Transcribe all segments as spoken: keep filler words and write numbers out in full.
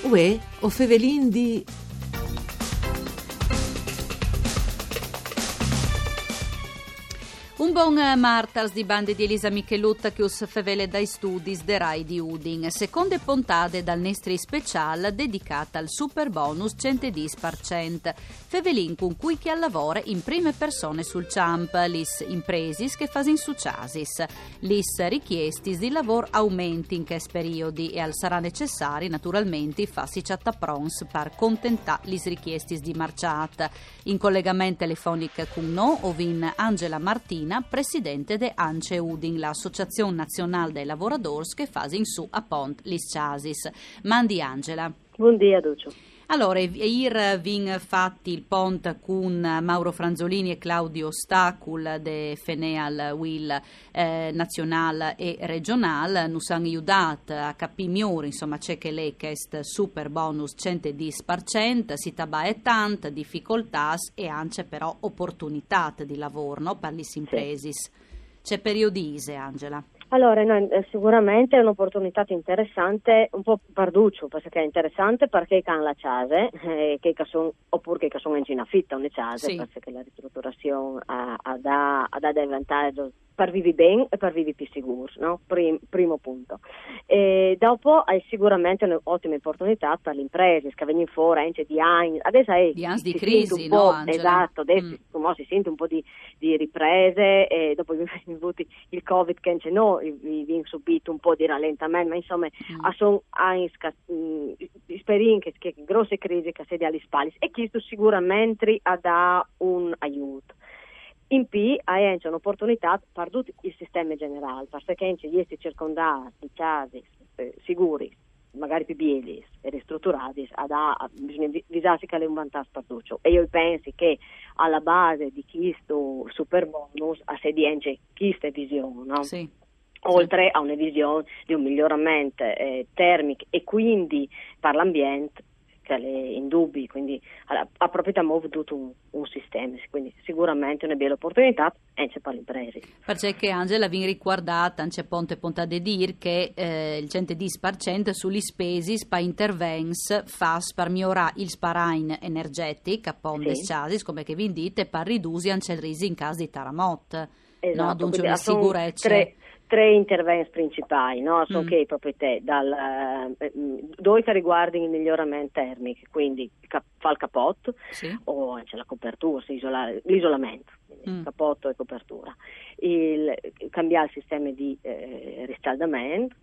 Uè, o fevelin di... Un buon martals di bande di Elisa Michelutta che us fevele dai studi de Rai di Udin. Seconde puntate dal Nestri Special dedicata al super bonus cento dieci per cento. Fevelin con cui chi lavora in prime persone sul ciamp, lis impresis che fasin succiasis. Lis richiestis di lavoro aumenti in che periodi e al sarà necessari naturalmente fassi chatta prons per contentà lis richiestis di marciata. In collegamento telefonico con no ovin Angela Martina, presidente de ANCE Udin, l'Associazione Nazionale dei Lavoradors che fa in su a Pont Lis Chasis. Mandi Angela. Buongiorno Duccio. Allora, ir vin fatti il pont con Mauro Franzolini e Claudio Stacul de Feneal Will eh, nazionale e regionale, nus han aiutat a capire migliore, insomma, c'è che lei che est super bonus cento dieci per cento, si tabae tante difficoltà e anche però opportunità di lavoro, no, per le impresis. Sì. C'è periodise, Angela. Allora, no, sicuramente è un'opportunità interessante, un po' parduccio, perché è interessante perché can la case, eh, che son, oppure che sono in affitta una case, sì. Perché la ristrutturazione ha, ha da, ha da dei vantaggi per vivi bene e per vivi più sicuri, no? Prim, primo punto. E dopo è sicuramente un'ottima opportunità per le imprese che vengono fuori anche di anni, adesso è di anni di crisi, no, Angela? Esatto, adesso mm. si sente un po' di, di riprese e dopo avuti il Covid che no, vi subito un po' di rallentamento, ma insomma mm. sono esperienze che grosse crisi che si alle spalle e questo sicuramente ha dato un aiuto. In più hai anche un'opportunità per tutto il sistema generale, perché anche gli esseri circondati di case eh, sicuri, magari più bieli e ristrutturati, bisogna visarsi che è un vantaggio per tutto. E io penso che alla base di questo super bonus a sé di anche questa visione, no? Sì. Oltre sì. a una visione di un miglioramento eh, termico e quindi per l'ambiente, che è in dubbio, quindi ha proprio avuto un, un sistema, quindi sicuramente una bella opportunità anche per le imprese. Perché Angela vi riguardata, c'è ponte ponta di dire che eh, il cento dieci per cento sulle spese per interventi fas per migliorare il sparain energetico a ponte sì. Chasis, come che vi dite, per ridurre anche il rischio in caso di terremoto. Esatto, no? Dunque una sicurezza. Tre, tre interventi principali, no? Sono mm. che proprio te, dal, eh, due che riguardano il miglioramento termico, quindi cap- fa il capotto sì. o anche la copertura, isola, l'isolamento, mm. capotto e copertura, il, cambiare il sistema di eh, riscaldamento,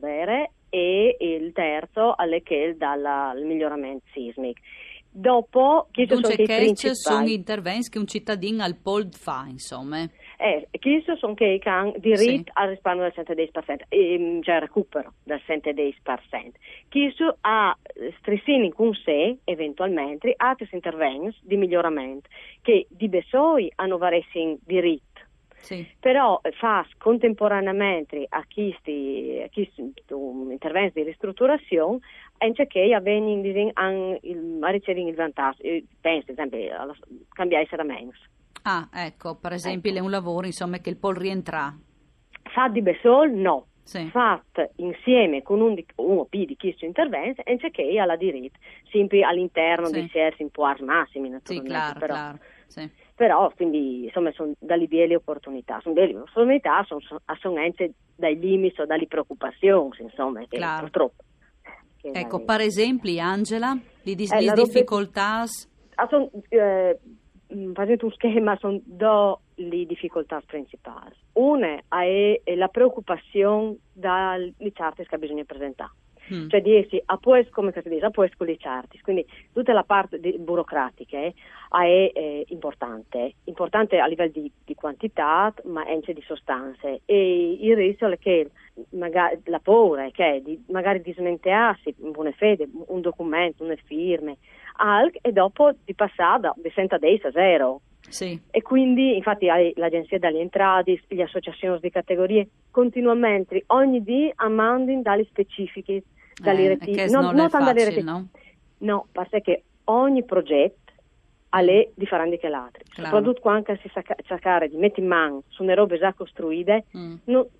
e il terzo alle che dal miglioramento sismico. Dopo, chi sono che principali? Sono interventi che un cittadino al Pold fa, insomma. Eh, chi sono che hanno diritto sì. al risparmio del cento dieci per cento, eh, cioè recupero del cento dieci per cento. Chi ha stressini con sé, eventualmente, altri interventi di miglioramento che di Besoi hanno varesi diritto. Sì. Però fa contemporaneamente a questi, a questi interventi di ristrutturazione anche che avvengono a ricevere il vantaggio. Penso, ad esempio, a cambiare i serramenti. Ah, ecco, per esempio ecco. È un lavoro insomma che il può rientrare. Fa di Besol no. Sì. Fatto insieme con un, uno più di questo intervento anche che alla diritto, sempre all'interno sì. di certi impuars massimi naturalmente. Sì, claro, però. claro. Sì. Però quindi insomma sono dalle belle opportunità, sono delle opportunità, sono, sono anche dai limiti o dalle preoccupazioni, insomma, che claro. purtroppo. Che ecco, dai... per esempio, Angela, le, dis- eh, le difficoltà? Ah, son, eh, facendo un schema, sono due le difficoltà principali. Una è, è la preoccupazione dalle carte che bisogna presentare. Mm. Cioè di essi a poi come si dice a poi con le charti, quindi tutta la parte di, burocratica eh, è eh, importante importante a livello di, di quantità ma anche di sostanze e il rischio è che magari la paura è che di, magari di smentearsi in buona fede un documento, una firme alc e dopo di passare da cento dieci a zero. Sì. E quindi infatti l'agenzia delle entrate, le associazioni di categorie continuamente ogni dì mandano dalle specifiche dalle eh, reti, che non, non non è facile, reti, no? No, perché ogni progetto ha le differenti che l'altro. Claro. Soprattutto quando si sa cercare di mettere in mano su una robe già costruite, mm. no, io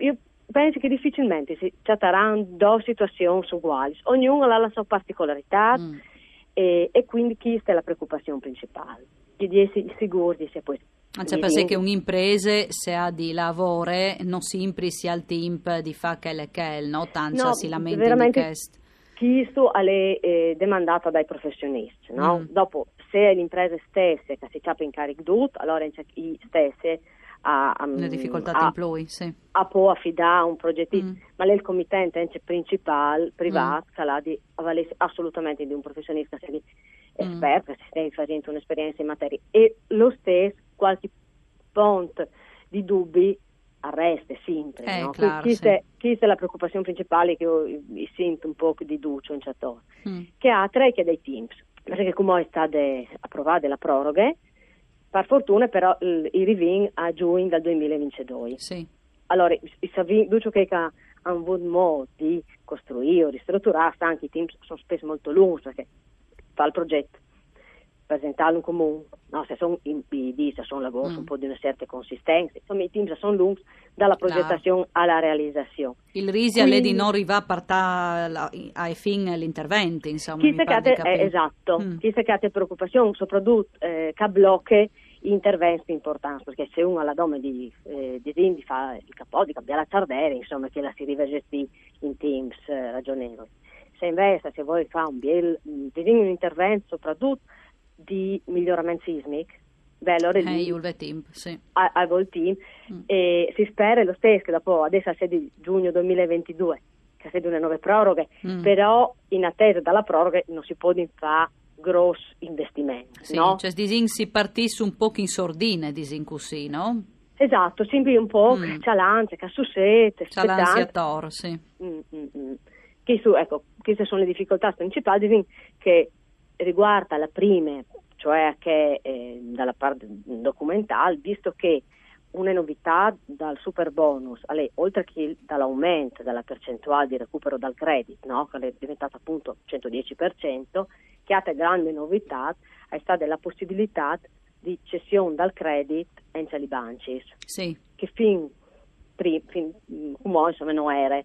penso che difficilmente si tratteranno due situazioni uguali, ognuno ha la sua particolarità mm. e, e quindi questa è la preoccupazione principale, di essere sicuri di essere poi. Anche perché che un'impresa se ha di lavoro non sempre si ha il tempo di fare quelle che no? Tanto no, si lamenta di questo. Questo è eh, demandato dai professionisti, no? Mm. Dopo, se l'impresa stessa che si chiama in carico tutto, allora i stessi a, a, le difficoltà a, employee, sì. a può affidare un progetto, mm. ma è il committente principale, privato, mm. che ha di avvalere assolutamente di un professionista che è esperto, mm. che si sta facendo un'esperienza in materia. E lo stesso, qualche punto di dubbi arresta sempre, eh, no? Claro, questa, sì. questa è la preoccupazione principale che io, io sento un po' di duccio in certo, mm. che ha tre che dei teams, perché come è stata approvata la proroga, per fortuna però il, il rivin a giugno del duemilaventidue. Sì. Allora, il duccio che ha avuto modo di costruire o ristrutturare, anche i teams sono spesso molto lunghi perché fa il progetto, presentarlo in comune, no, se sono in P D, se sono lavori mm. un po' di una certa consistenza, insomma i teams sono lunghi dalla progettazione claro. alla realizzazione. Il risi è di non arrivare a partire ai fini l'intervento, insomma. Chi se eh, esatto, mm. chi se ha preoccupazione, soprattutto eh, che blocca interventi importanti, perché se uno ha la dome di eh, di, di fare il capo, di cambiare la sardera, insomma, che la si deve gestire in teams eh, ragionevoli. Se invece se vuoi fare un bel un intervento soprattutto di miglioramento sismico, beh, allora eh, lì il team, sì. al vol team mm. e si spera lo stesso che dopo adesso a sei di giugno duemilaventidue che sia di una nuova proroghe, mm. però in attesa dalla proroga non si può fare grossi investimenti, sì, no? Cioè disin si partisse un po' in sordine, disin così, no? Esatto, sempre un po' mm. c'è l'ansia, che sussete, c'è l'ansia tor, sì. Mm, mm, mm. Che su, ecco, queste sono le difficoltà principali, disin che riguarda la prima, cioè che eh, dalla parte documentale, visto che una novità dal super bonus, alle, oltre che dall'aumento della percentuale di recupero dal credito, no? Che è diventata appunto centodieci per cento, che ha grande novità, è stata la possibilità di cessione dal credito entro i banchi, sì. che fin, fin, fin come insomma non era.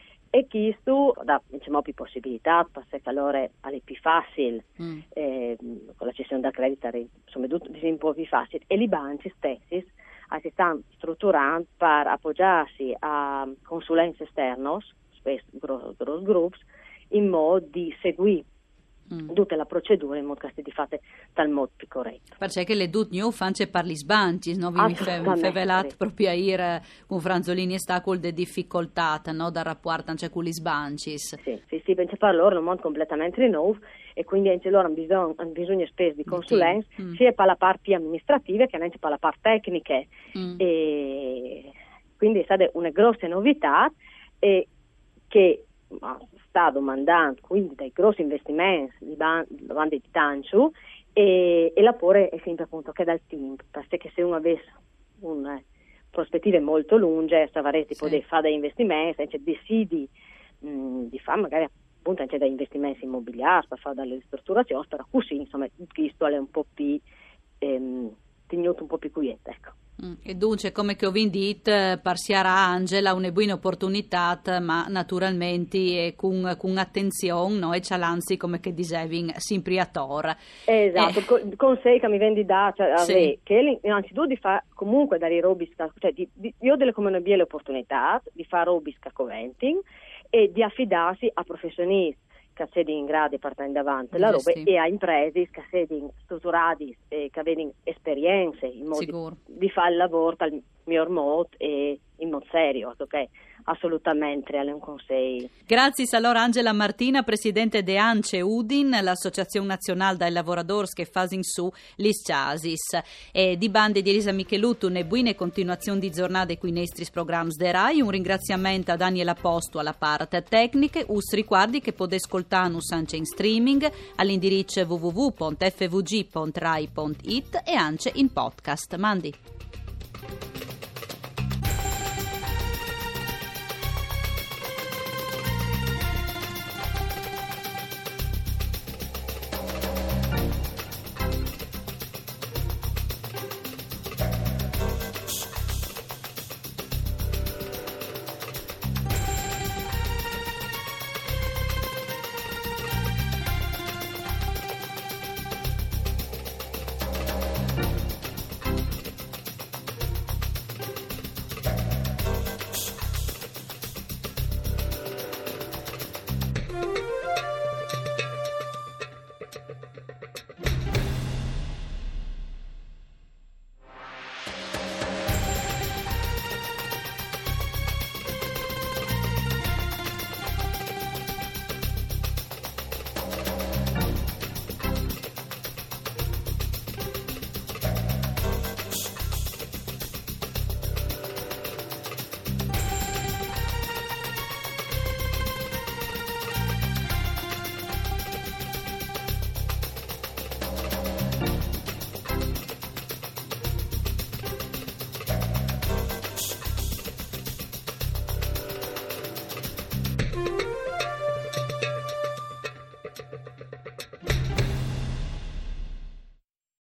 E questo dà diciamo, più possibilità, perché allora è più facile, mm. eh, con la cessione da credito è insomma, un po' più facile, e i banchi stessi eh, si stanno strutturando per appoggiarsi a consulenze esterne, spesso grossi gruppi, in modo di seguire Mm. tutta la procedura in modo che si fate dal modo più corretto. Perché che le dut new fanno per gli sbanci, no? Vi mi fe velat proprio a ir con Franzolini e sta con le difficoltà, no? Da rapporto anche con gli sbanci. Sì, sì, sì, penso per loro è un mondo completamente nuovo e quindi anche loro hanno bisogno, hanno bisogno spesso di consulenza, mm. sia per la parte amministrativa che anche per la parte tecnica. Mm. E quindi è stata una grossa novità e che ma, sta domandando quindi dai grossi investimenti di bandi di tancio e, e l'appore è sempre appunto che dal team, perché se uno avesse una prospettive molto lunghe sapresti sì. poter fare degli investimenti, cioè decidi mh, di fare magari appunto anche degli investimenti immobiliari per fare delle ristrutturazioni, però così insomma questo è un po' più ehm, tenuto un po' più quiete, ecco. Mm. E dunque, come che ho detto, per Siara Angela una buona opportunità, ma naturalmente con, con attenzione, no? E c'alanzi come che dicevi, sempre a tor. Esatto, eh. con, con sé che mi vendi da, cioè, a sì. me, che innanzitutto di fare comunque dare robi, cioè di, di, io delle come le opportunità di fare robi scacoventing e di affidarsi a professionisti che siano in grado di partire in davanti la roba e a imprese che siano strutturate e che abbiano esperienze in modo di, di fare il lavoro al miglior modo e in modo serio, ok? Assolutamente, è un consiglio. Grazie allora Angela Martina, presidente de ANCE Udin, l'Associazione Nazionale dei Lavoradores che fa in su l'Is Chasis. E di bande di Elisa Michelutto, una buona continuazione di giornate qui nei nostri programmi de Rai. Un ringraziamento a Daniela Posto alla parte tecnica. Us ricordi che potete ascoltare anche in streaming all'indirizzo w w w punto f v g punto rai punto it e anche in podcast. Mandi.